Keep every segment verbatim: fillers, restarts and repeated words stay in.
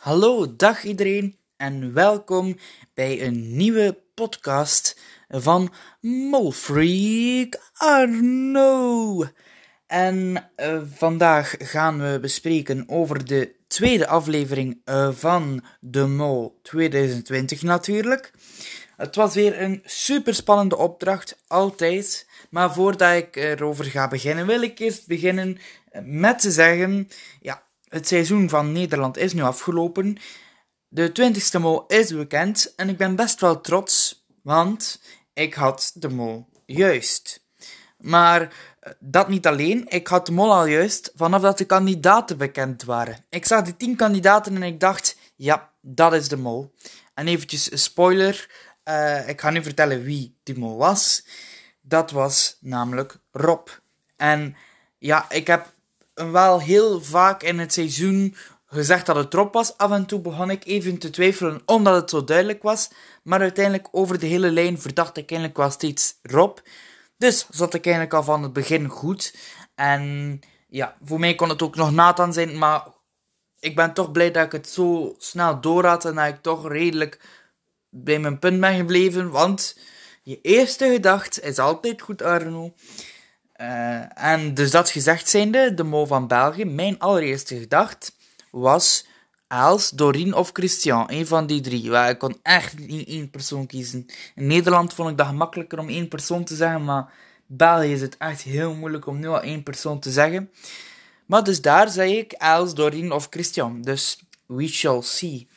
Hallo, dag iedereen en welkom bij een nieuwe podcast van Molfreak Arno. En uh, vandaag gaan we bespreken over de tweede aflevering uh, van De Mol twintig twintig natuurlijk. Het was weer een super spannende opdracht, altijd. Maar voordat ik erover ga beginnen, wil ik eerst beginnen met te zeggen... ja. Het seizoen van Nederland is nu afgelopen. De twintigste mol is bekend en ik ben best wel trots, want ik had de mol juist. Maar dat niet alleen, ik had de mol al juist vanaf dat de kandidaten bekend waren. Ik zag die tien kandidaten en ik dacht, ja, dat is de mol. En eventjes een spoiler, uh, ik ga nu vertellen wie die mol was. Dat was namelijk Rob. En ja, ik heb wel heel vaak in het seizoen gezegd dat het Rob was. Af en toe begon ik even te twijfelen omdat het zo duidelijk was. Maar uiteindelijk over de hele lijn verdacht ik eigenlijk wel steeds Rob. Dus zat ik eigenlijk al van het begin goed. En ja, voor mij kon het ook nog Nathan zijn. Maar ik ben toch blij dat ik het zo snel door had. En dat ik toch redelijk bij mijn punt ben gebleven. Want je eerste gedachte is altijd goed, Arno. Uh, en dus dat gezegd zijnde, de mol van België, mijn allereerste gedachte was Els, Doreen of Christian. Een van die drie. Well, ik kon echt niet één persoon kiezen. In Nederland vond ik dat gemakkelijker om één persoon te zeggen, maar België is het echt heel moeilijk om nu al één persoon te zeggen. Maar dus daar zei ik Els, Doreen of Christian. Dus we shall see.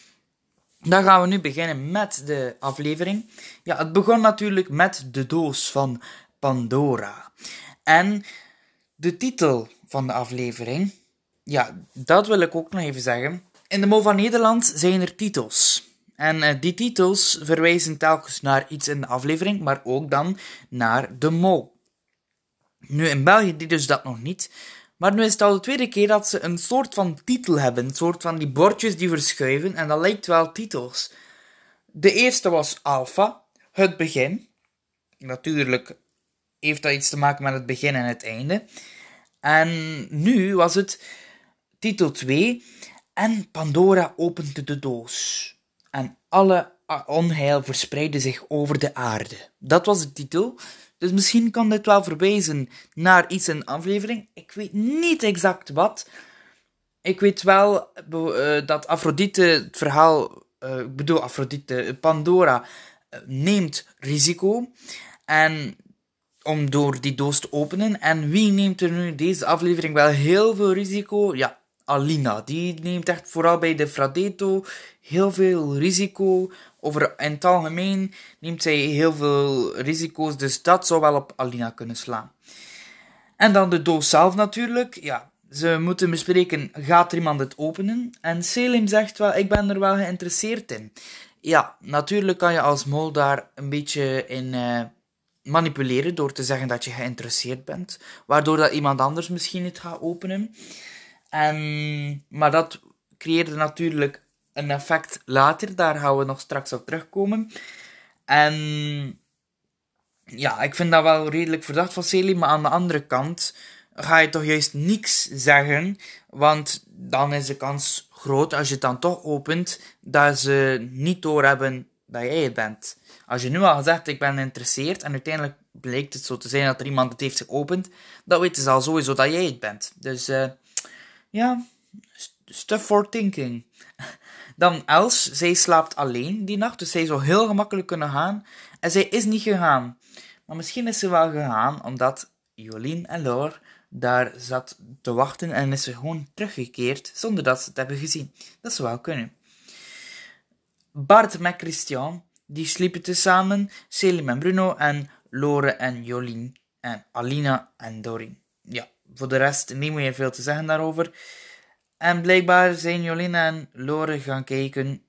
Dan gaan we nu beginnen met de aflevering. Ja, het begon natuurlijk met de doos van Pandora. En de titel van de aflevering, ja, dat wil ik ook nog even zeggen. In de Mol van Nederland zijn er titels. En uh, die titels verwijzen telkens naar iets in de aflevering, maar ook dan naar de mol. Nu, in België die dus dat nog niet. Maar nu is het al de tweede keer dat ze een soort van titel hebben. Een soort van die bordjes die verschuiven. En dat lijkt wel titels. De eerste was Alpha, het begin. Natuurlijk heeft dat iets te maken met het begin en het einde. En nu was het titel twee. En Pandora opende de doos. En alle onheil verspreidde zich over de aarde. Dat was de titel. Dus misschien kan dit wel verwijzen naar iets in de aflevering. Ik weet niet exact wat. Ik weet wel uh, dat Afrodite het verhaal... Uh, ik bedoel, Afrodite, Pandora uh, neemt risico. En... om door die doos te openen. En wie neemt er nu deze aflevering wel heel veel risico? Ja, Alina. Die neemt echt vooral bij de Fradeto heel veel risico. Over in het algemeen neemt zij heel veel risico's. Dus dat zou wel op Alina kunnen slaan. En dan de doos zelf natuurlijk. Ja, ze moeten bespreken, gaat er iemand het openen? En Selim zegt wel, ik ben er wel geïnteresseerd in. Ja, natuurlijk kan je als mol daar een beetje in... Uh, manipuleren door te zeggen dat je geïnteresseerd bent, waardoor dat iemand anders misschien het gaat openen. En, maar dat creëerde natuurlijk een effect later, daar gaan we nog straks op terugkomen. En ja, ik vind dat wel redelijk verdacht van Selim, maar aan de andere kant ga je toch juist niks zeggen, want dan is de kans groot, als je het dan toch opent, dat ze niet doorhebben dat jij het bent. Als je nu al zegt, ik ben geïnteresseerd, en uiteindelijk blijkt het zo te zijn dat er iemand het heeft geopend, dan weten ze al sowieso dat jij het bent. Dus, uh, ja, stuff for thinking. Dan Els, zij slaapt alleen die nacht, dus zij zou heel gemakkelijk kunnen gaan. En zij is niet gegaan. Maar misschien is ze wel gegaan, omdat Jolien en Laure daar zat te wachten en is ze gewoon teruggekeerd, zonder dat ze het hebben gezien. Dat zou wel kunnen. Bart met Christian, die sliepen tezamen, Selim en Bruno en Laure en Jolien en Alina en Doreen. Ja, voor de rest niet meer veel te zeggen daarover. En blijkbaar zijn Jolien en Laure gaan kijken.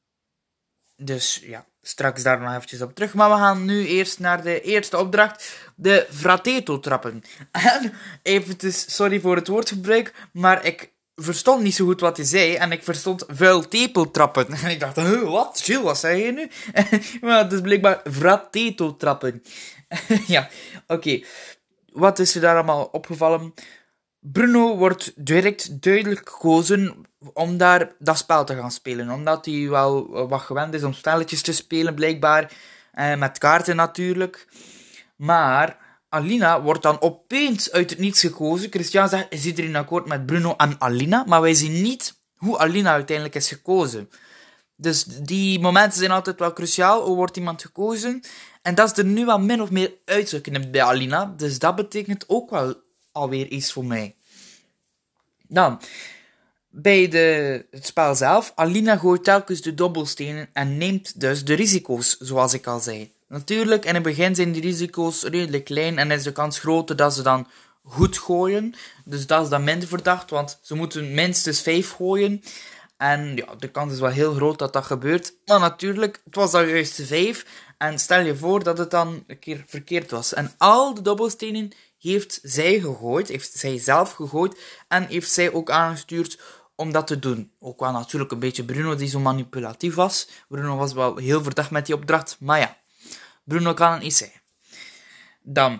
Dus ja, straks daar nog eventjes op terug. Maar we gaan nu eerst naar de eerste opdracht. De Frateto trappen. En eventjes, sorry voor het woordgebruik, maar ik verstond niet zo goed wat hij zei. En ik verstond vuil tepel trappen. En ik dacht, huh, wat? Chill, wat zei je nu? Maar het is blijkbaar Frateto trappen. Ja, oké. Okay. Wat is er daar allemaal opgevallen? Bruno wordt direct duidelijk gekozen om daar dat spel te gaan spelen. Omdat hij wel wat gewend is om spelletjes te spelen, blijkbaar. Eh, met kaarten natuurlijk. Maar Alina wordt dan opeens uit het niets gekozen. Christian zegt, is iedereen akkoord met Bruno en Alina? Maar wij zien niet hoe Alina uiteindelijk is gekozen. Dus die momenten zijn altijd wel cruciaal. Hoe wordt iemand gekozen? En dat is er nu wel min of meer uitgeknipt bij Alina. Dus dat betekent ook wel alweer iets voor mij. Dan, bij de, het spel zelf. Alina gooit telkens de dobbelstenen en neemt dus de risico's, zoals ik al zei. Natuurlijk, in het begin zijn die risico's redelijk klein en is de kans groter dat ze dan goed gooien. Dus dat is dan minder verdacht, want ze moeten minstens vijf gooien. En ja, de kans is wel heel groot dat dat gebeurt. Maar natuurlijk, het was dan juist vijf. En stel je voor dat het dan een keer verkeerd was. En al de dobbelstenen heeft zij gegooid, heeft zij zelf gegooid. En heeft zij ook aangestuurd om dat te doen. Ook wel natuurlijk een beetje Bruno die zo manipulatief was. Bruno was wel heel verdacht met die opdracht. Maar ja, Bruno kan het niet zijn. Dan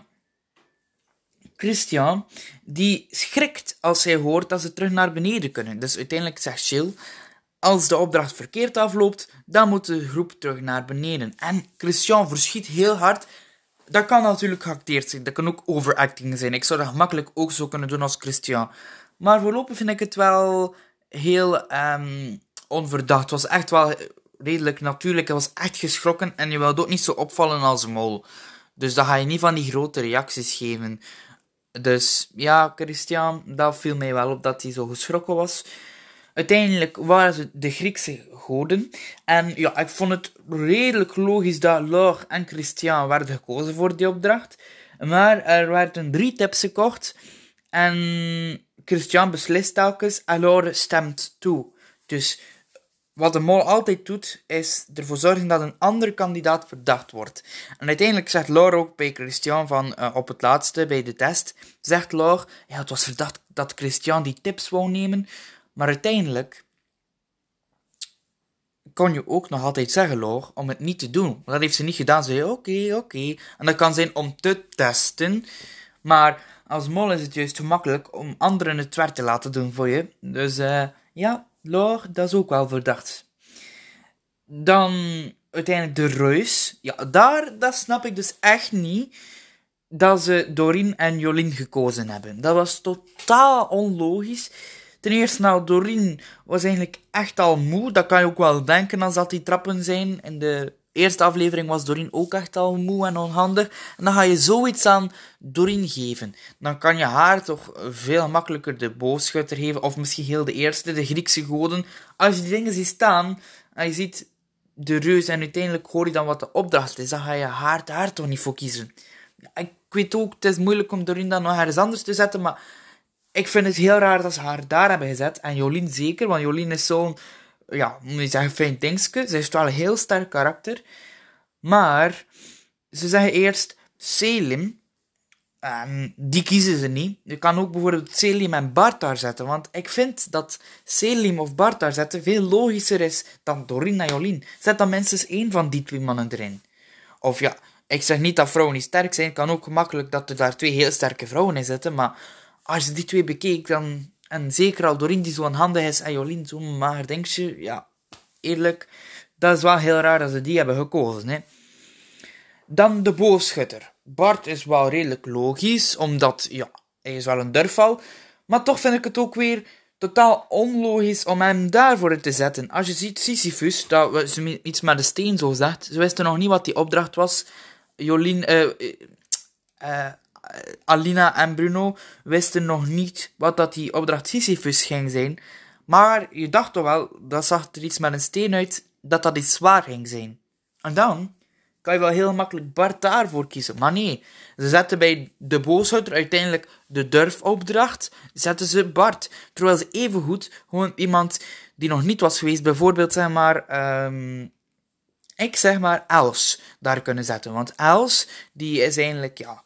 Christian, die schrikt als hij hoort dat ze terug naar beneden kunnen. Dus uiteindelijk zegt Jill, als de opdracht verkeerd afloopt, dan moet de groep terug naar beneden. En Christian verschiet heel hard. Dat kan natuurlijk geacteerd zijn, dat kan ook overacting zijn. Ik zou dat gemakkelijk ook zo kunnen doen als Christian. Maar voorlopig vind ik het wel heel um, onverdacht. Het was echt wel redelijk natuurlijk. Hij was echt geschrokken en je wilde ook niet zo opvallen als een mol. Dus dan ga je niet van die grote reacties geven. Dus ja, Christian, dat viel mij wel op dat hij zo geschrokken was. Uiteindelijk waren ze de Griekse goden. En ja, ik vond het redelijk logisch dat Laure en Christian werden gekozen voor die opdracht. Maar er werden drie tips gekocht. En Christian beslist telkens en Laure stemt toe. Dus wat de mol altijd doet, is ervoor zorgen dat een andere kandidaat verdacht wordt. En uiteindelijk zegt Laure ook bij Christian van, uh, op het laatste, bij de test, zegt Laure, ja, het was verdacht dat Christian die tips wou nemen, maar uiteindelijk kon je ook nog altijd zeggen, Laure, om het niet te doen. Maar dat heeft ze niet gedaan. Ze zei, oké, okay, oké. Okay. En dat kan zijn om te testen, maar als mol is het juist gemakkelijk om anderen het werk te laten doen voor je. Dus uh, ja, Laure, dat is ook wel verdacht. Dan uiteindelijk de reus. Ja, daar dat snap ik dus echt niet dat ze Doreen en Jolien gekozen hebben. Dat was totaal onlogisch. Ten eerste, nou, Doreen was eigenlijk echt al moe. Dat kan je ook wel denken als dat die trappen zijn. In de eerste aflevering was Doreen ook echt al moe en onhandig. En dan ga je zoiets aan Doreen geven. Dan kan je haar toch veel makkelijker de boogschutter geven. Of misschien heel de eerste, de Griekse goden. Als je die dingen ziet staan en je ziet de reus en uiteindelijk hoor je dan wat de opdracht is, dan ga je haar daar toch niet voor kiezen. Ik weet ook, het is moeilijk om Doreen dan nog ergens anders te zetten, maar ik vind het heel raar dat ze haar daar hebben gezet. En Jolien zeker, want Jolien is zo'n, ja, moet je zeggen, fijn dingske. Ze heeft wel een heel sterk karakter. Maar ze zeggen eerst Selim. En die kiezen ze niet. Je kan ook bijvoorbeeld Selim en Bart daar zetten. Want ik vind dat Selim of Bart daar zetten veel logischer is dan Doreen en Jolien. Zet dan minstens één van die twee mannen erin. Of ja, ik zeg niet dat vrouwen niet sterk zijn. Het kan ook gemakkelijk dat er daar twee heel sterke vrouwen in zitten. Maar als je die twee bekeek, dan... En zeker al Doreen die zo'n handig is en Jolien zo'n mager denkje. Ja, eerlijk. Dat is wel heel raar dat ze die hebben gekozen, hè. Dan de boogschutter. Bart is wel redelijk logisch, omdat, ja, hij is wel een durfval. Maar toch vind ik het ook weer totaal onlogisch om hem daarvoor te zetten. Als je ziet Sisyphus, dat ze iets met de steen zo zegt, ze wisten nog niet wat die opdracht was. Jolien, eh... Uh, uh, Alina en Bruno wisten nog niet wat dat die opdracht Sisyphus ging zijn. Maar je dacht toch wel, dat zag er iets met een steen uit, dat dat iets zwaar ging zijn. En dan kan je wel heel makkelijk Bart daarvoor kiezen. Maar nee, ze zetten bij de boogschutter uiteindelijk de durfopdracht, zetten ze Bart. Terwijl ze evengoed gewoon iemand die nog niet was geweest, bijvoorbeeld zeg maar... Um, ik zeg maar Els daar kunnen zetten. Want Els, die is eigenlijk, ja...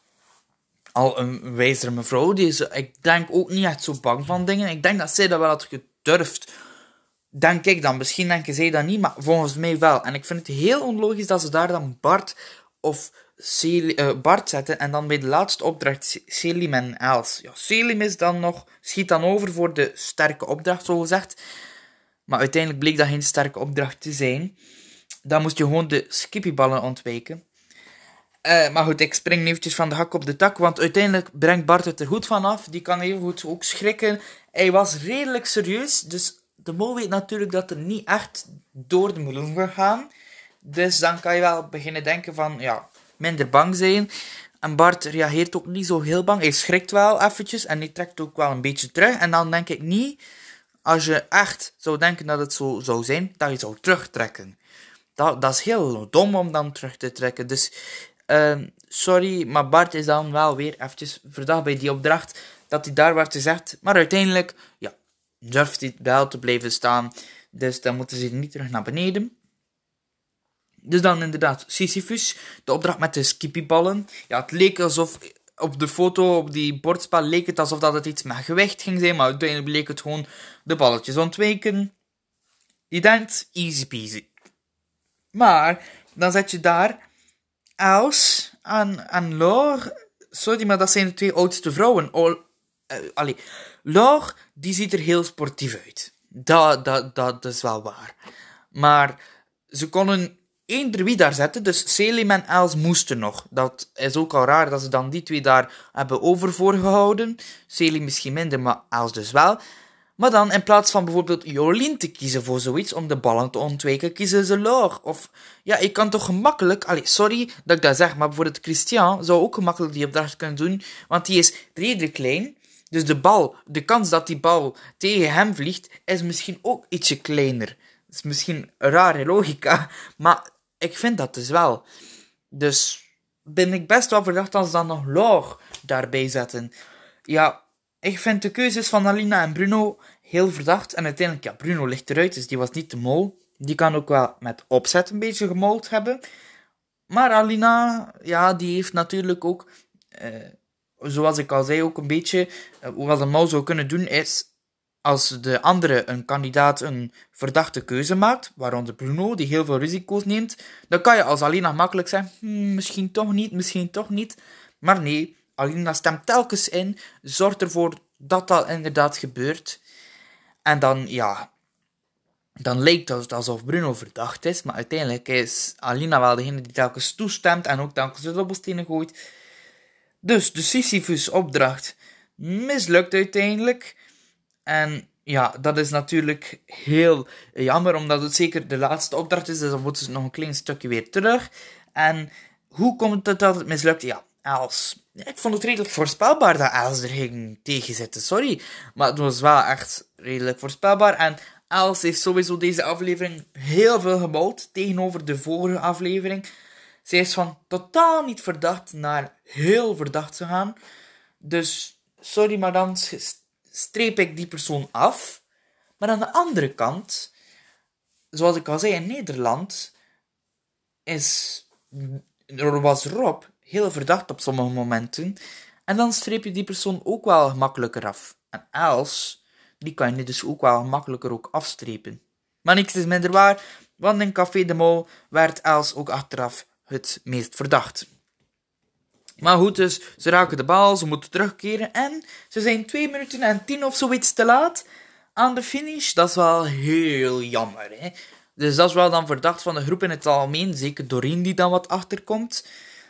al een wijzere mevrouw, die is, ik denk ook niet echt zo bang van dingen. Ik denk dat zij dat wel had gedurfd. Denk ik dan. Misschien denken zij dat niet, maar volgens mij wel. En ik vind het heel onlogisch dat ze daar dan Bart of Selim, uh, Bart zetten en dan bij de laatste opdracht Selim en Els. Ja, Selim is dan nog, schiet dan over voor de sterke opdracht, zo gezegd. Maar uiteindelijk bleek dat geen sterke opdracht te zijn. Dan moest je gewoon de skippyballen ontwijken. Uh, maar goed, ik spring eventjes van de hak op de tak, want uiteindelijk brengt Bart het er goed vanaf. Die kan even goed ook schrikken. Hij was redelijk serieus, dus de mol weet natuurlijk dat er niet echt door de meloen gegaan. Dus dan kan je wel beginnen denken van, ja, minder bang zijn. En Bart reageert ook niet zo heel bang. Hij schrikt wel eventjes en hij trekt ook wel een beetje terug. En dan denk ik niet, als je echt zou denken dat het zo zou zijn, dat je zou terugtrekken. Dat, dat is heel dom om dan terug te trekken. Dus, uh, sorry, maar Bart is dan wel weer eventjes verdacht bij die opdracht dat hij daar werd gezegd. Maar uiteindelijk, ja, durft hij wel te blijven staan. Dus dan moeten ze niet terug naar beneden. Dus dan inderdaad Sisyphus, de opdracht met de skippyballen. Ja, het leek alsof op de foto, op die bordspel, leek het alsof dat het iets met gewicht ging zijn, maar uiteindelijk bleek het gewoon de balletjes ontwijken. Je denkt, easy peasy. Maar, dan zet je daar Els en, en Laure. Sorry, maar dat zijn de twee oudste vrouwen. Oh, uh, allee, Laure, die ziet er heel sportief uit. Dat, dat, dat is wel waar. Maar ze konden eender wie daar zetten, dus Selim en Els moesten nog. Dat is ook al raar dat ze dan die twee daar hebben overvoorgehouden. Selim misschien minder, maar Els dus wel. Maar dan, in plaats van bijvoorbeeld Jolien te kiezen voor zoiets, om de ballen te ontwijken, kiezen ze Laure. Of, ja, ik kan toch gemakkelijk, allee, sorry dat ik dat zeg, maar bijvoorbeeld Christian zou ook gemakkelijk die opdracht kunnen doen, want die is redelijk klein. Dus de bal, de kans dat die bal tegen hem vliegt, is misschien ook ietsje kleiner. Dat is misschien een rare logica, maar ik vind dat dus wel. Dus ben ik best wel verdacht als ze dan nog Laure daarbij zetten. Ja, ik vind de keuzes van Alina en Bruno heel verdacht. En uiteindelijk, ja, Bruno ligt eruit, dus die was niet de mol. Die kan ook wel met opzet een beetje gemold hebben. Maar Alina, ja, die heeft natuurlijk ook, eh, zoals ik al zei, ook een beetje, eh, wat de mol zou kunnen doen is, als de andere een kandidaat een verdachte keuze maakt, waaronder Bruno, die heel veel risico's neemt, dan kan je als Alina makkelijk zeggen, hm, misschien toch niet, misschien toch niet. Maar nee, Alina stemt telkens in, zorgt ervoor dat dat inderdaad gebeurt. En dan, ja, dan lijkt het alsof Bruno verdacht is, maar uiteindelijk is Alina wel degene die telkens toestemt en ook telkens de dobbelstenen gooit. Dus de Sisyphus-opdracht mislukt uiteindelijk. En ja, dat is natuurlijk heel jammer, omdat het zeker de laatste opdracht is, dus dan moeten ze nog een klein stukje weer terug. En hoe komt het dat het mislukt? Ja, Els. Ik vond het redelijk voorspelbaar dat Els er ging tegenzitten, sorry. Maar het was wel echt redelijk voorspelbaar. En Els heeft sowieso deze aflevering heel veel gebouwd tegenover de vorige aflevering. Zij is van totaal niet verdacht naar heel verdacht gegaan. Dus, sorry, maar dan streep ik die persoon af. Maar aan de andere kant, zoals ik al zei, in Nederland is, er was Rob heel verdacht op sommige momenten. En dan streep je die persoon ook wel gemakkelijker af. En Els, die kan je dus ook wel gemakkelijker ook afstrepen. Maar niks is minder waar, want in Café de Mol werd Els ook achteraf het meest verdacht. Maar goed, dus ze raken de bal, ze moeten terugkeren en ze zijn twee minuten en tien of zoiets te laat aan de finish. Dat is wel heel jammer, hè. Dus dat is wel dan verdacht van de groep in het algemeen, zeker Doreen die dan wat achterkomt.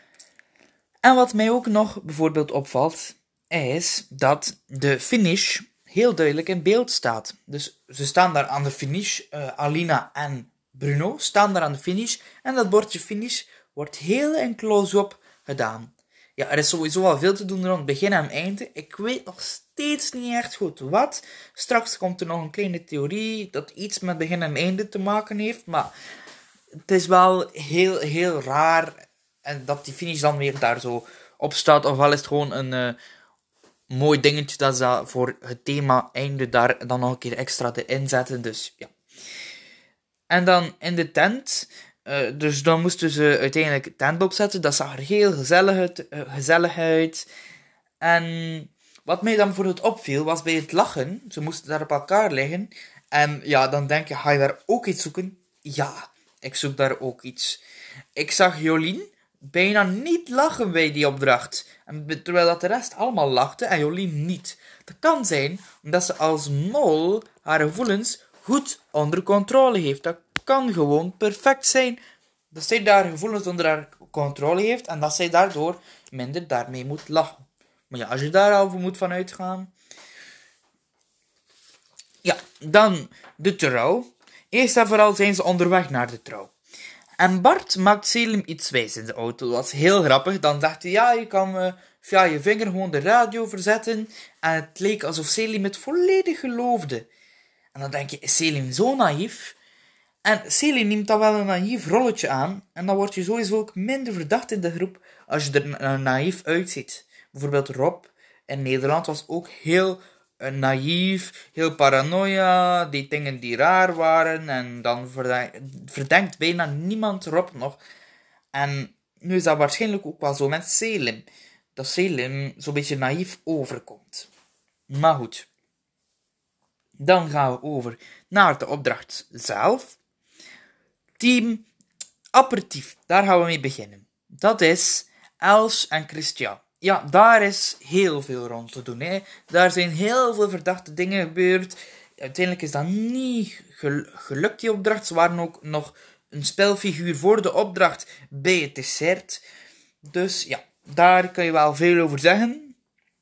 En wat mij ook nog bijvoorbeeld opvalt, is dat de finish heel duidelijk in beeld staat. Dus ze staan daar aan de finish, uh, Alina en Bruno staan daar aan de finish en dat bordje finish wordt heel in close-up gedaan. Ja, er is sowieso al veel te doen rond begin en einde. Ik weet nog steeds niet echt goed wat. Straks komt er nog een kleine theorie dat iets met begin en einde te maken heeft. Maar het is wel heel, heel raar en dat die finish dan weer daar zo op staat. Ofwel is het gewoon een uh, mooi dingetje dat ze voor het thema einde daar dan nog een keer extra te inzetten. Dus ja. En dan in de tent. Uh, dus dan moesten ze uiteindelijk tent opzetten. Dat zag er heel gezellig uit. Uh, gezellig uit. En wat mij dan bijvoorbeeld opviel, was bij het lachen. Ze moesten daar op elkaar liggen. En ja, dan denk je, ga je daar ook iets zoeken? Ja, ik zoek daar ook iets. Ik zag Jolien bijna niet lachen bij die opdracht. En terwijl dat de rest allemaal lachte en Jolien niet. Dat kan zijn omdat ze als mol haar gevoelens goed onder controle heeft. Dat kan gewoon perfect zijn dat zij daar gevoelens onder haar controle heeft en dat zij daardoor minder daarmee moet lachen. Maar ja, als je daar al moet van uitgaan. Ja, dan de trouw. Eerst en vooral zijn ze onderweg naar de trouw. En Bart maakt Selim iets wijs in de auto. Dat was heel grappig. Dan dacht hij, ja, je kan uh, via je vinger gewoon de radio verzetten. En het leek alsof Selim het volledig geloofde. En dan denk je, is Selim zo naïef? En Selim neemt dan wel een naïef rolletje aan. En dan word je sowieso ook minder verdacht in de groep als je er na- naïef uitziet. Bijvoorbeeld Rob in Nederland was ook heel uh, naïef, heel paranoia, die dingen die raar waren. En dan verdenkt, verdenkt bijna niemand Rob nog. En nu is dat waarschijnlijk ook wel zo met Selim. Dat Selim zo'n beetje naïef overkomt. Maar goed. Dan gaan we over naar de opdracht zelf. Team aperitief, daar gaan we mee beginnen. Dat is Els en Christian. Ja, daar is heel veel rond te doen. Hè. Daar zijn heel veel verdachte dingen gebeurd. Uiteindelijk is dat niet gel- gelukt, die opdracht. Ze waren ook nog een spelfiguur voor de opdracht bij het dessert. Dus ja, daar kan je wel veel over zeggen.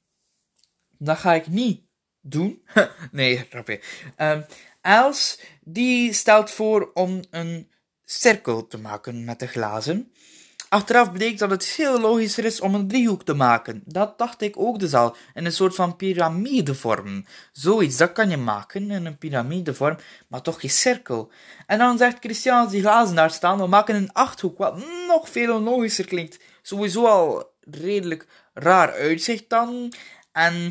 Dat ga ik niet doen. Nee, grapje. Um, Els, die stelt voor om een cirkel te maken met de glazen. Achteraf bleek dat het veel logischer is om een driehoek te maken. Dat dacht ik ook dus al. In een soort van piramidevorm. Zoiets, dat kan je maken in een piramidevorm, maar toch geen cirkel. En dan zegt Christian, als die glazen daar staan, we maken een achthoek, wat nog veel onlogischer klinkt. Sowieso al redelijk raar uitzicht dan. En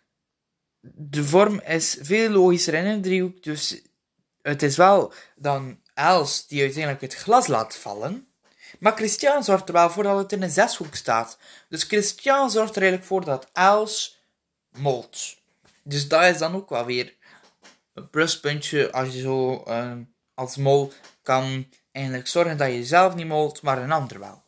de vorm is veel logischer in een driehoek, dus het is wel dan Els die uiteindelijk het glas laat vallen. Maar Christian zorgt er wel voor dat het in een zeshoek staat. Dus Christian zorgt er eigenlijk voor dat Els molt. Dus dat is dan ook wel weer een pluspuntje als je zo uh, als mol kan eigenlijk zorgen dat je zelf niet molt, maar een ander wel.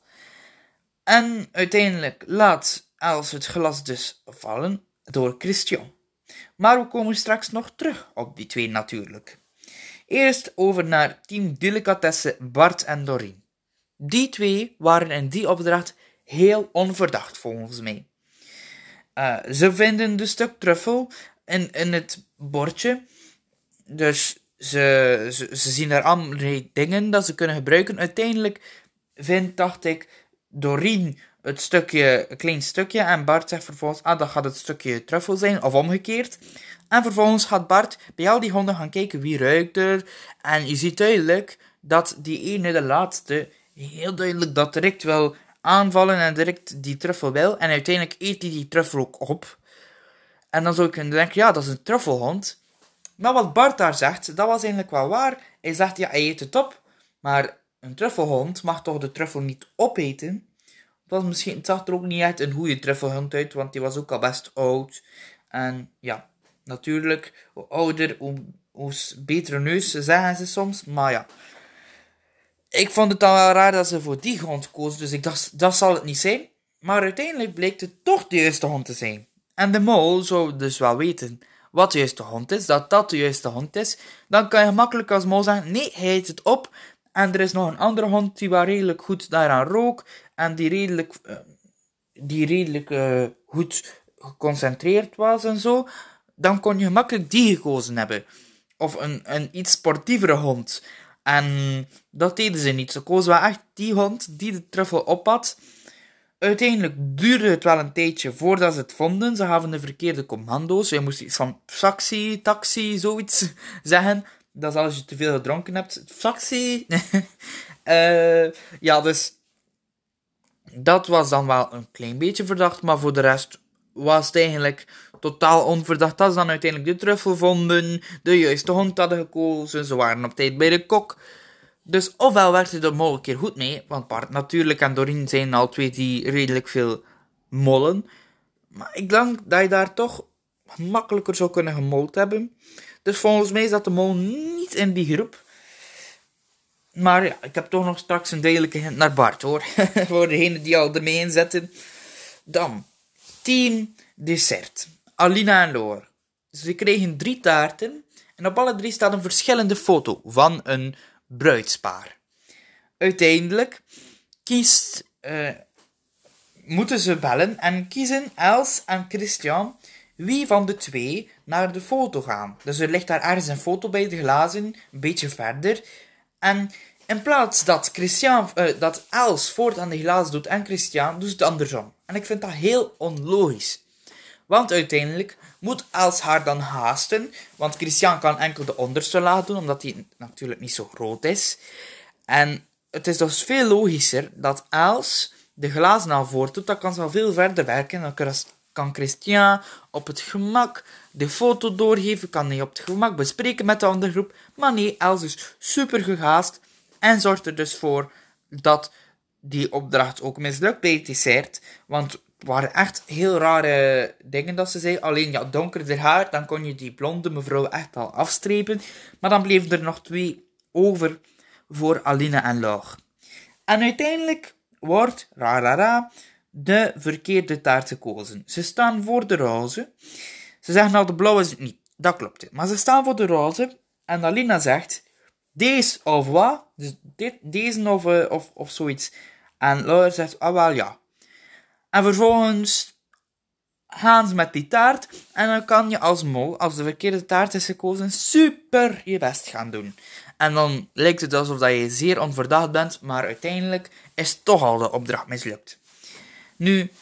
En uiteindelijk laat Els het glas dus vallen door Christian. Maar we komen straks nog terug op die twee natuurlijk. Eerst over naar team Delicatesse Bart en Doreen. Die twee waren in die opdracht heel onverdacht volgens mij. Uh, ze vinden de stuk truffel in, in het bordje. Dus ze, ze, ze zien daar allerlei dingen dat ze kunnen gebruiken. Uiteindelijk vindt, dacht ik, Doreen het stukje, een klein stukje. En Bart zegt vervolgens, ah, dat gaat het stukje truffel zijn. Of omgekeerd. En vervolgens gaat Bart bij al die honden gaan kijken wie ruikt er. En je ziet duidelijk dat die ene, de laatste, heel duidelijk dat direct wil aanvallen en direct die truffel wil. En uiteindelijk eet hij die truffel ook op. En dan zou ik kunnen denken, ja, dat is een truffelhond. Maar wat Bart daar zegt, dat was eigenlijk wel waar. Hij zegt, ja, hij eet het op. Maar een truffelhond mag toch de truffel niet opeten? Dat was misschien, het zag er ook niet echt een goede truffelhond uit, want die was ook al best oud. En ja, natuurlijk, hoe ouder, hoe, hoe betere neus, zeggen ze soms. Maar ja, ik vond het dan wel raar dat ze voor die hond kozen, dus ik dacht, dat zal het niet zijn. Maar uiteindelijk bleek het toch de juiste hond te zijn. En de mol zou dus wel weten wat de juiste hond is, dat dat de juiste hond is. Dan kan je gemakkelijk als mol zeggen, nee, hij eet het op. En er is nog een andere hond die wel redelijk goed daaraan rook. En die redelijk, uh, die redelijk uh, goed geconcentreerd was en zo. Dan kon je gemakkelijk die gekozen hebben. Of een, een iets sportievere hond. En dat deden ze niet. Ze kozen wel echt die hond die de truffel op had. Uiteindelijk duurde het wel een tijdje voordat ze het vonden. Ze gaven de verkeerde commando's. Je moest iets van taxi, taxi, zoiets zeggen. Dat is als je te veel gedronken hebt. Taxi. uh, ja, dus dat was dan wel een klein beetje verdacht. Maar voor de rest was het eigenlijk totaal onverdacht. Dat ze dan uiteindelijk de truffel vonden. De juiste hond hadden gekozen. Ze waren op tijd bij de kok. Dus ofwel werd er de mol een keer goed mee. Want Bart natuurlijk en Doreen zijn al twee die redelijk veel mollen. Maar ik denk dat je daar toch makkelijker zou kunnen gemold hebben. Dus volgens mij zat de mol niet in die groep. Maar ja, ik heb toch nog straks een duidelijke hint naar Bart, hoor. Voor degenen die al ermee inzetten. Dan, team dessert. Alina en Loor. Ze kregen drie taarten. En op alle drie staat een verschillende foto van een bruidspaar. Uiteindelijk kiest, uh, moeten ze bellen en kiezen Els en Christian wie van de twee naar de foto gaan. Dus er ligt daar ergens een foto bij de glazen, een beetje verder. En in plaats dat, Christian, uh, dat Els voort aan de glazen doet en Christian, doet het andersom. En ik vind dat heel onlogisch. Want uiteindelijk moet Els haar dan haasten, want Christian kan enkel de onderste laag doen, omdat die natuurlijk niet zo groot is. En het is dus veel logischer dat Els de glazen al voort doet, dat kan ze wel veel verder werken. Dan kan Christian op het gemak de foto doorgeven, kan hij op het gemak bespreken met de andere groep. Maar nee, Els is super gehaast en zorgt er dus voor dat die opdracht ook mislukt bij het dessert. Want het waren echt heel rare dingen dat ze zei. Alleen, ja, donkerder haar, dan kon je die blonde mevrouw echt al afstrepen. Maar dan bleven er nog twee over voor Alina en Laure. En uiteindelijk wordt, ra ra ra, de verkeerde taart gekozen. Ze staan voor de roze. Ze zeggen nou, de blauwe is het niet. Dat klopt. Maar ze staan voor de roze. En Alina zegt, deze of wat? Dus dit, deze of, uh, of, of zoiets. En Laure zegt, ah wel ja. En vervolgens gaan ze met die taart. En dan kan je als mol, als de verkeerde taart is gekozen, super je best gaan doen. En dan lijkt het alsof je zeer onverdacht bent, maar uiteindelijk is toch al de opdracht mislukt. Nu,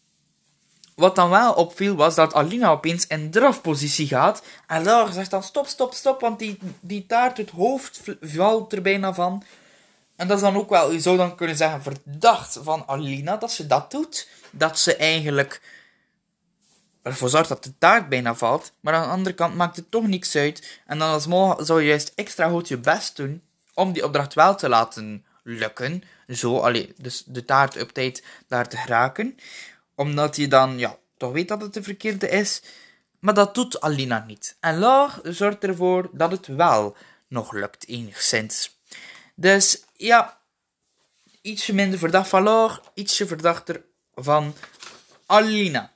wat dan wel opviel was dat Alina opeens in drafpositie gaat. En Laure zegt dan stop, stop, stop, want die, die taart, het hoofd valt er bijna van. En dat is dan ook wel, je zou dan kunnen zeggen, verdacht van Alina dat ze dat doet. Dat ze eigenlijk ervoor zorgt dat de taart bijna valt. Maar aan de andere kant maakt het toch niks uit. En dan als mol zou je juist extra goed je best doen om die opdracht wel te laten lukken. Zo, allee, dus de taart op tijd daar te geraken. Omdat je dan, ja, toch weet dat het de verkeerde is. Maar dat doet Alina niet. En Laure zorgt ervoor dat het wel nog lukt, enigszins. Dus, ja, ietsje minder verdacht van Laure, ietsje verdachter van Alina.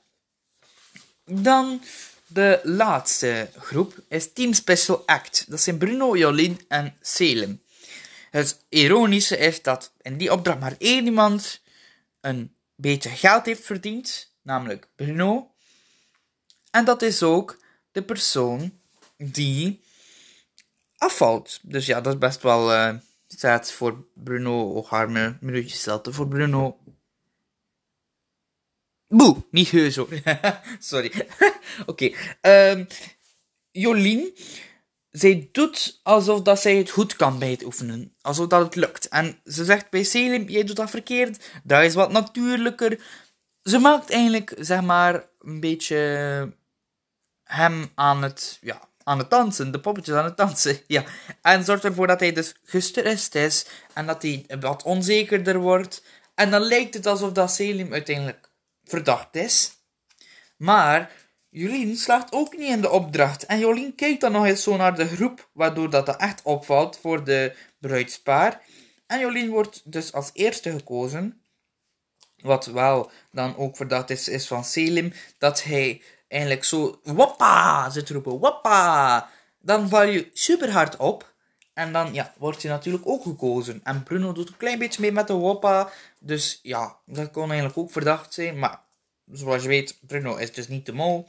Dan de laatste groep is Team Special Act. Dat zijn Bruno, Jolien en Selim. Het ironische is dat in die opdracht maar één iemand een beetje geld heeft verdiend, namelijk Bruno. En dat is ook de persoon die afvalt. Dus ja, dat is best wel uh, sad voor Bruno. Och, haar minuutjes stilte voor Bruno. Boe, niet heus hoor. Sorry. Oké. Okay. Um, Jolien, zij doet alsof dat zij het goed kan bij het oefenen. Alsof dat het lukt. En ze zegt bij Selim, jij doet dat verkeerd. Dat is wat natuurlijker. Ze maakt eigenlijk, zeg maar, een beetje hem aan het, ja, aan het dansen. De poppetjes aan het dansen. Ja. En zorgt ervoor dat hij dus gestrest is. En dat hij wat onzekerder wordt. En dan lijkt het alsof dat Selim uiteindelijk verdacht is. Maar Jolien slaagt ook niet in de opdracht. En Jolien kijkt dan nog eens zo naar de groep, waardoor dat, dat echt opvalt voor de bruidspaar. En Jolien wordt dus als eerste gekozen. Wat wel dan ook verdacht is, is van Selim, dat hij eigenlijk zo wappa zit roepen, wappa. Dan val je super hard op. En dan ja, word je natuurlijk ook gekozen. En Bruno doet een klein beetje mee met de wappa. Dus ja, dat kon eigenlijk ook verdacht zijn. Maar zoals je weet, Bruno is dus niet de mol.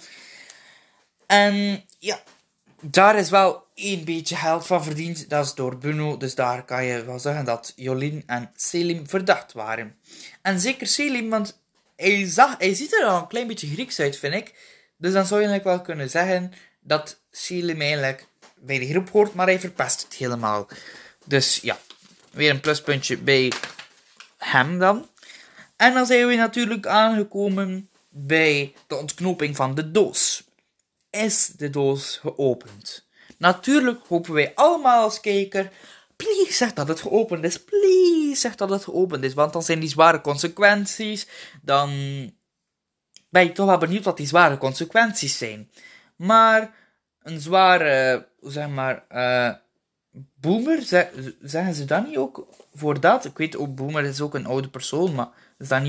En ja, daar is wel een beetje geld van verdiend. Dat is door Bruno. Dus daar kan je wel zeggen dat Jolien en Selim verdacht waren. En zeker Selim, want hij, zag, hij ziet er al een klein beetje Grieks uit, vind ik. Dus dan zou je eigenlijk wel kunnen zeggen dat Selim eigenlijk bij de groep hoort, maar hij verpest het helemaal. Dus ja, weer een pluspuntje bij hem dan. En dan zijn we natuurlijk aangekomen bij de ontknoping van de doos. Is de doos geopend? Natuurlijk hopen wij allemaal als kijker, please zeg dat het geopend is, please zeg dat het geopend is, want dan zijn die zware consequenties, dan ben je toch wel benieuwd wat die zware consequenties zijn. Maar een zware, zeg maar, uh, boomer, zeg, zeggen ze dat niet ook voor dat? Ik weet ook, boomer is ook een oude persoon, maar is dat niet ook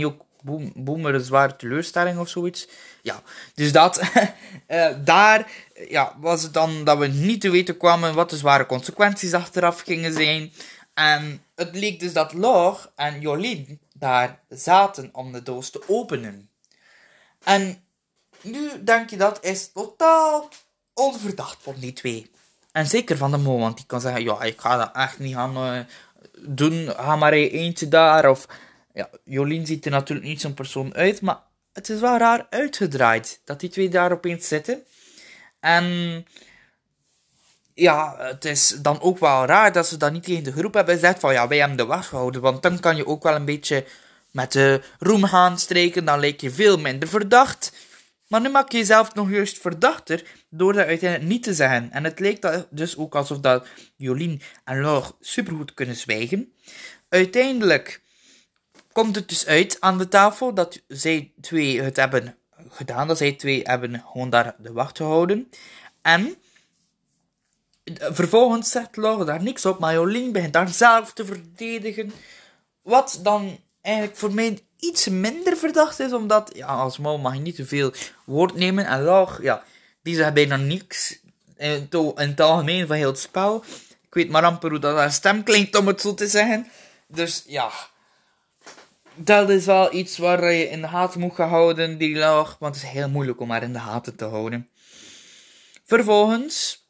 boem, boemer, een zware teleurstelling of zoiets. Ja, dus dat, uh, daar ja, was het dan dat we niet te weten kwamen wat de zware consequenties achteraf gingen zijn. En het leek dus dat Laure en Jolien daar zaten om de doos te openen. En nu denk je dat is totaal onverdacht van die twee. En zeker van de mol, want die kan zeggen, ja, ik ga dat echt niet gaan uh, doen, ga maar eentje daar. Of, ja, Jolien ziet er natuurlijk niet zo'n persoon uit, maar het is wel raar uitgedraaid dat die twee daar opeens zitten. En ja, het is dan ook wel raar dat ze dat niet tegen de groep hebben gezegd van, ja, wij hebben de wacht gehouden, want dan kan je ook wel een beetje met de roem gaan streken, dan lijkt je veel minder verdacht. Maar nu maak je jezelf nog juist verdachter door dat uiteindelijk niet te zeggen. En het lijkt dus ook alsof dat Jolien en Laure supergoed kunnen zwijgen. Uiteindelijk komt het dus uit aan de tafel dat zij twee het hebben gedaan. Dat zij twee hebben gewoon daar de wacht gehouden. En vervolgens zegt Laure daar niks op, maar Jolien begint daar zelf te verdedigen. Wat dan eigenlijk voor mij iets minder verdacht is, omdat, ja, als mol mag je niet te veel woord nemen. En Laure, ja, die zegt bijna niks in, to, in het algemeen van heel het spel. Ik weet maar amper hoe dat haar stem klinkt, om het zo te zeggen. Dus, ja, dat is wel iets waar je in de gaten moet gaan houden, die Laure, want het is heel moeilijk om haar in de gaten te houden. Vervolgens,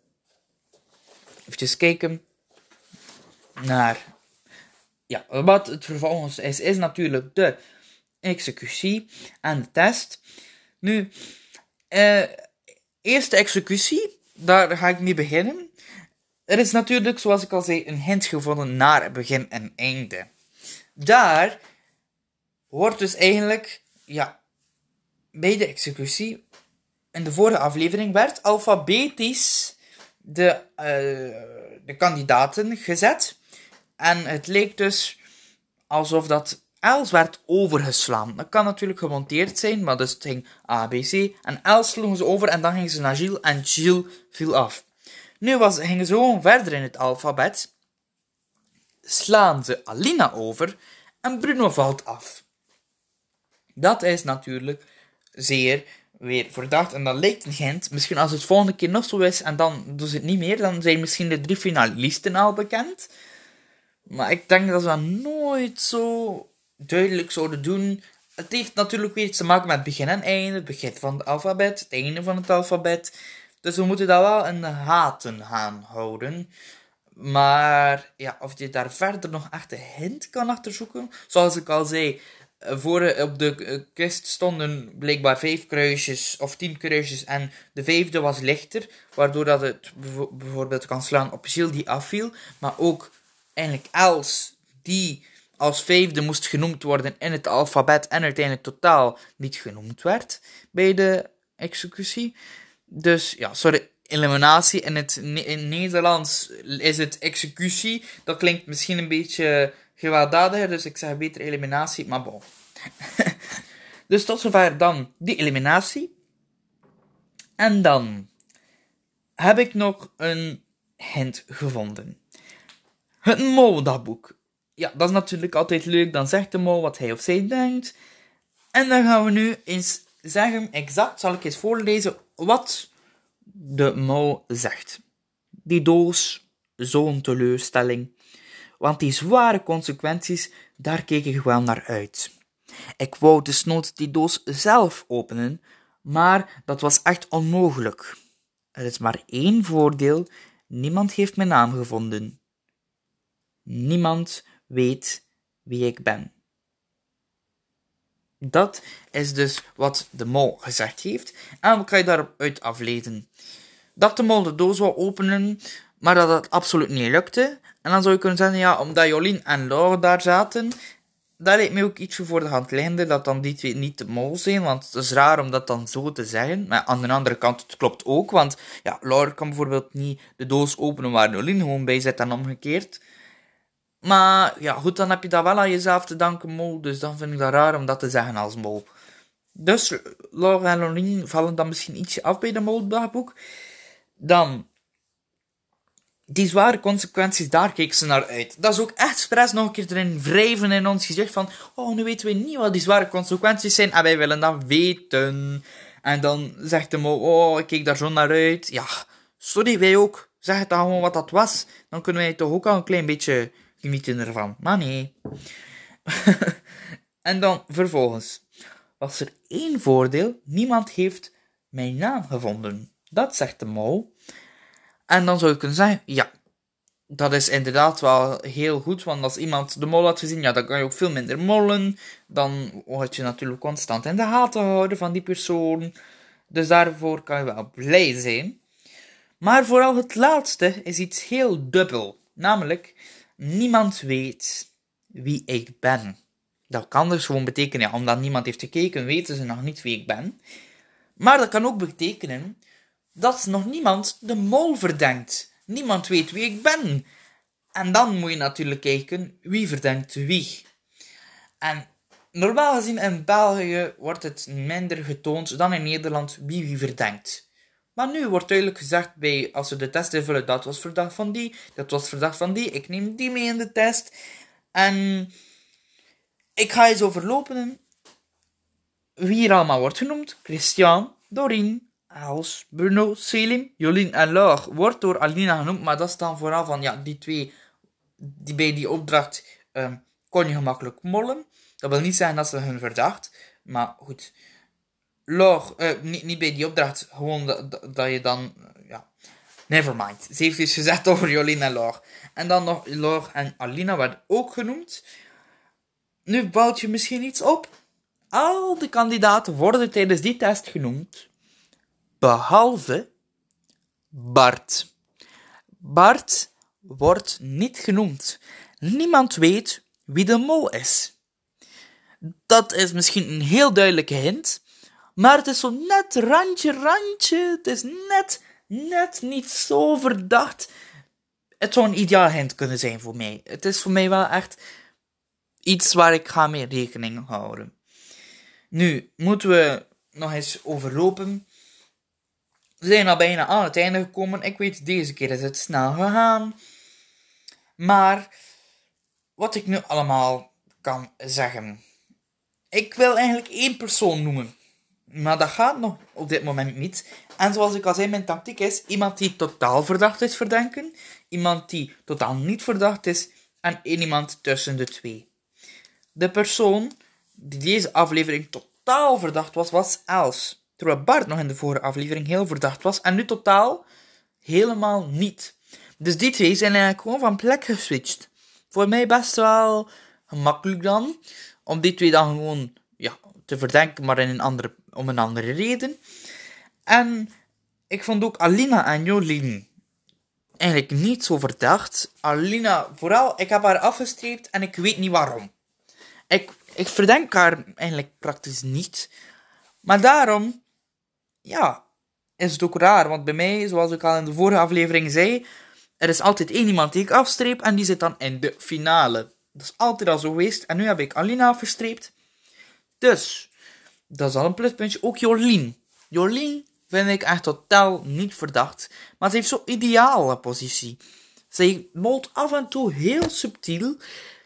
even kijken naar... Ja, wat het vervolgens is, is natuurlijk de executie en de test. Nu, uh, eerste executie, daar ga ik mee beginnen. Er is natuurlijk, zoals ik al zei, een hint gevonden naar begin en einde. Daar wordt dus eigenlijk, ja, bij de executie, in de vorige aflevering werd alfabetisch de, uh, de kandidaten gezet. En het leek dus alsof dat Els werd overgeslaan. Dat kan natuurlijk gemonteerd zijn, maar dus het ging A, B, C. En Els sloegen ze over en dan gingen ze naar Gilles en Gilles viel af. Nu was, gingen ze gewoon verder in het alfabet. Slaan ze Alina over en Bruno valt af. Dat is natuurlijk zeer weer verdacht. En dat lijkt een hint. Misschien als het volgende keer nog zo is en dan doen ze het niet meer, dan zijn misschien de drie finalisten al bekend. Maar ik denk dat ze dat nooit zo duidelijk zouden doen. Het heeft natuurlijk weer iets te maken met begin en einde. Het begin van het alfabet, het einde van het alfabet. Dus we moeten dat wel in de gaten gaan houden. Maar ja, of je daar verder nog echt een hint kan achterzoeken. Zoals ik al zei, voor op de kist stonden blijkbaar vijf kruisjes of tien kruisjes. En de vijfde was lichter. Waardoor dat het bijvoorbeeld kan slaan op Gilles die afviel. Maar ook eigenlijk Els, die als vijfde moest genoemd worden in het alfabet en uiteindelijk totaal niet genoemd werd bij de executie. Dus ja, sorry, eliminatie. In het ne- in Nederlands is het executie. Dat klinkt misschien een beetje gewelddadiger, dus ik zeg beter eliminatie, maar bon. Dus tot zover dan die eliminatie. En dan heb ik nog een hint gevonden. Het moldagboek. Ja, dat is natuurlijk altijd leuk. Dan zegt de mol wat hij of zij denkt. En dan gaan we nu eens zeggen, exact, zal ik eens voorlezen wat de mol zegt. Die doos, zo'n teleurstelling. Want die zware consequenties, daar keek ik wel naar uit. Ik wou desnoods die doos zelf openen, maar dat was echt onmogelijk. Er is maar één voordeel, niemand heeft mijn naam gevonden. Niemand weet wie ik ben. Dat is dus wat de mol gezegd heeft. En wat kan je daaruit afleiden? Dat de mol de doos wou openen, maar dat het absoluut niet lukte. En dan zou je kunnen zeggen, ja, omdat Jolien en Laure daar zaten, daar lijkt mij ook ietsje voor de hand liggende dat dan die twee niet de mol zijn, want het is raar om dat dan zo te zeggen. Maar aan de andere kant, het klopt ook, want ja, Laure kan bijvoorbeeld niet de doos openen waar Jolien gewoon bij zit en omgekeerd. Maar ja, goed, dan heb je dat wel aan jezelf te danken, mol, dus dan vind ik dat raar om dat te zeggen als mol. Dus Laure en Jolien vallen dan misschien ietsje af bij de moldagboek. Dan die zware consequenties, daar keek ze naar uit. Dat is ook echt expres nog een keer erin wrijven in ons gezicht van, oh, nu weten we niet wat die zware consequenties zijn en wij willen dat weten. En dan zegt de mol, oh, ik keek daar zo naar uit. Ja, sorry, wij ook. Zeg het dan gewoon wat dat was. Dan kunnen wij toch ook al een klein beetje genieten ervan. Maar nee. En dan vervolgens was er één voordeel. Niemand heeft mijn naam gevonden. Dat zegt de mol. En dan zou je kunnen zeggen, ja, dat is inderdaad wel heel goed, want als iemand de mol had gezien, ja, dan kan je ook veel minder mollen. Dan word je natuurlijk constant in de gaten houden van die persoon. Dus daarvoor kan je wel blij zijn. Maar vooral het laatste is iets heel dubbel. Namelijk, niemand weet wie ik ben. Dat kan dus gewoon betekenen, ja, omdat niemand heeft gekeken, weten ze nog niet wie ik ben. Maar dat kan ook betekenen dat nog niemand de mol verdenkt. Niemand weet wie ik ben. En dan moet je natuurlijk kijken wie verdenkt wie. En normaal gezien in België wordt het minder getoond dan in Nederland wie wie verdenkt. Maar nu wordt duidelijk gezegd bij, als we de test invullen, dat was verdacht van die, dat was verdacht van die, ik neem die mee in de test. En ik ga eens overlopen wie hier allemaal wordt genoemd. Christian, Doreen, Els, Bruno, Selim, Jolien en Laure wordt door Alina genoemd, maar dat is dan vooral van, ja, die twee, die bij die opdracht um, kon je gemakkelijk mollen. Dat wil niet zeggen dat ze hun verdacht, maar goed. Laure, uh, niet, niet bij die opdracht, gewoon dat, dat, dat je dan, uh, ja, nevermind. Ze heeft dus gezegd over Jolien en Laure. En dan nog Laure en Alina werden ook genoemd. Nu bouwt je misschien iets op. Al de kandidaten worden tijdens die test genoemd, behalve Bart. Bart wordt niet genoemd. Niemand weet wie de mol is. Dat is misschien een heel duidelijke hint, maar het is zo net randje, randje. Het is net, net niet zo verdacht. Het zou een ideaal hint kunnen zijn voor mij. Het is voor mij wel echt iets waar ik ga mee rekening houden. Nu, moeten we nog eens overlopen. We zijn al bijna aan het einde gekomen. Ik weet, deze keer is het snel gegaan. Maar wat ik nu allemaal kan zeggen. Ik wil eigenlijk één persoon noemen. Maar dat gaat nog op dit moment niet. En zoals ik al zei, mijn tactiek is iemand die totaal verdacht is verdenken. Iemand die totaal niet verdacht is. En één iemand tussen de twee. De persoon die deze aflevering totaal verdacht was, was Els. Terwijl Bart nog in de vorige aflevering heel verdacht was. En nu totaal helemaal niet. Dus die twee zijn eigenlijk gewoon van plek geswitcht. Voor mij best wel gemakkelijk dan. Om die twee dan gewoon ja, te verdenken, maar in een andere, om een andere reden. En ik vond ook Alina en Jolien eigenlijk niet zo verdacht. Alina, vooral, ik heb haar afgestreept en ik weet niet waarom. Ik, ik verdenk haar eigenlijk praktisch niet. Maar daarom, ja, is het ook raar. Want bij mij, zoals ik al in de vorige aflevering zei, er is altijd één iemand die ik afstreep en die zit dan in de finale. Dat is altijd al zo geweest. En nu heb ik Alina afgestreept. Dus, dat is al een pluspuntje. Ook Jolien. Jolien vind ik echt totaal niet verdacht. Maar ze heeft zo'n ideale positie. Ze molt af en toe heel subtiel.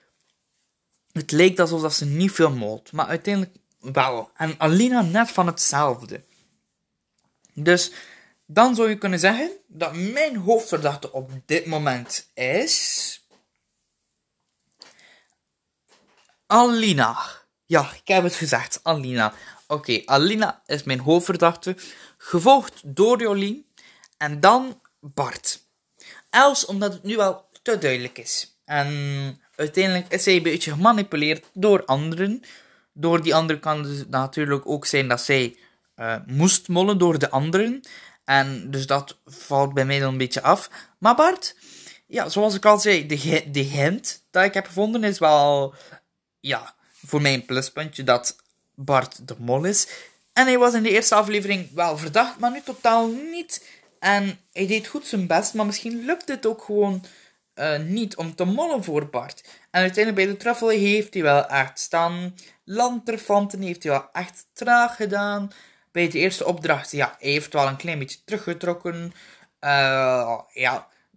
Het lijkt alsof ze niet veel molt. Maar uiteindelijk wel. En Alina net van hetzelfde. Dus dan zou je kunnen zeggen dat mijn hoofdverdachte op dit moment is Alina. Ja, ik heb het gezegd, Alina. Oké, okay, Alina is mijn hoofdverdachte, gevolgd door Jolien en dan Bart. Els, omdat het nu wel te duidelijk is. En uiteindelijk is zij een beetje gemanipuleerd door anderen. Door die anderen kan het dus natuurlijk ook zijn dat zij uh, moest mollen door de anderen. En dus dat valt bij mij dan een beetje af. Maar Bart, ja, zoals ik al zei, de, de hint dat ik heb gevonden is wel, ja, voor mij een pluspuntje dat Bart de mol is. En hij was in de eerste aflevering wel verdacht, maar nu totaal niet. En hij deed goed zijn best, maar misschien lukt het ook gewoon uh, niet om te mollen voor Bart. En uiteindelijk bij de truffel heeft hij wel echt staan. Lanterfanten heeft hij wel echt traag gedaan. Bij de eerste opdracht, ja, hij heeft wel een klein beetje teruggetrokken. Uh, ja,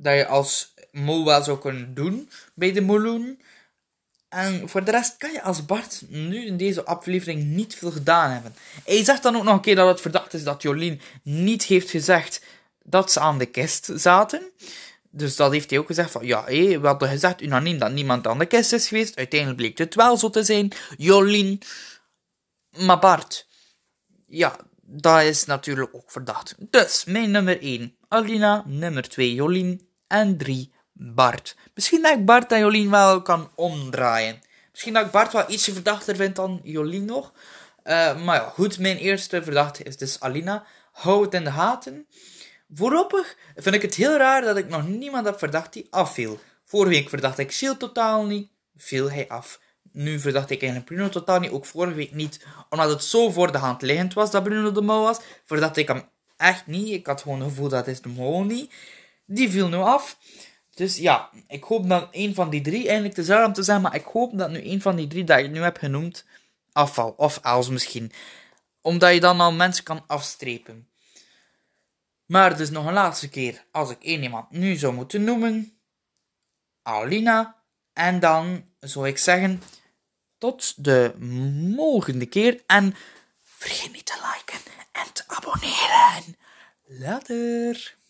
dat je als mol wel zou kunnen doen bij de Moloen. En voor de rest kan je als Bart nu in deze aflevering niet veel gedaan hebben. Hij zegt dan ook nog een keer dat het verdacht is dat Jolien niet heeft gezegd dat ze aan de kist zaten. Dus dat heeft hij ook gezegd van, ja, hé, we hadden gezegd unaniem dat niemand aan de kist is geweest. Uiteindelijk bleek het wel zo te zijn, Jolien. Maar Bart, ja, dat is natuurlijk ook verdacht. Dus, mijn nummer één, Alina, nummer twee, Jolien en drie, Bart. Misschien dat ik Bart en Jolien wel kan omdraaien. Misschien dat ik Bart wel ietsje verdachter vind dan Jolien nog. Uh, maar ja, goed, mijn eerste verdachte is dus Alina. Hou het in de gaten. Voorlopig vind ik het heel raar dat ik nog niemand heb verdacht die afviel. Vorige week verdacht ik Shield totaal niet, viel hij af. Nu verdacht ik eigenlijk Bruno totaal niet, ook vorige week niet. Omdat het zo voor de hand liggend was dat Bruno de mol was, verdacht ik hem echt niet. Ik had gewoon het gevoel dat is de mol niet. Die viel nu af. Dus ja, ik hoop dat een van die drie, eigenlijk te zwaar om te zeggen, maar ik hoop dat nu een van die drie dat je nu hebt genoemd, afval. Of Els misschien. Omdat je dan al mensen kan afstrepen. Maar dus nog een laatste keer, als ik één iemand nu zou moeten noemen, Alina. En dan zou ik zeggen, tot de volgende keer. En vergeet niet te liken en te abonneren. Later.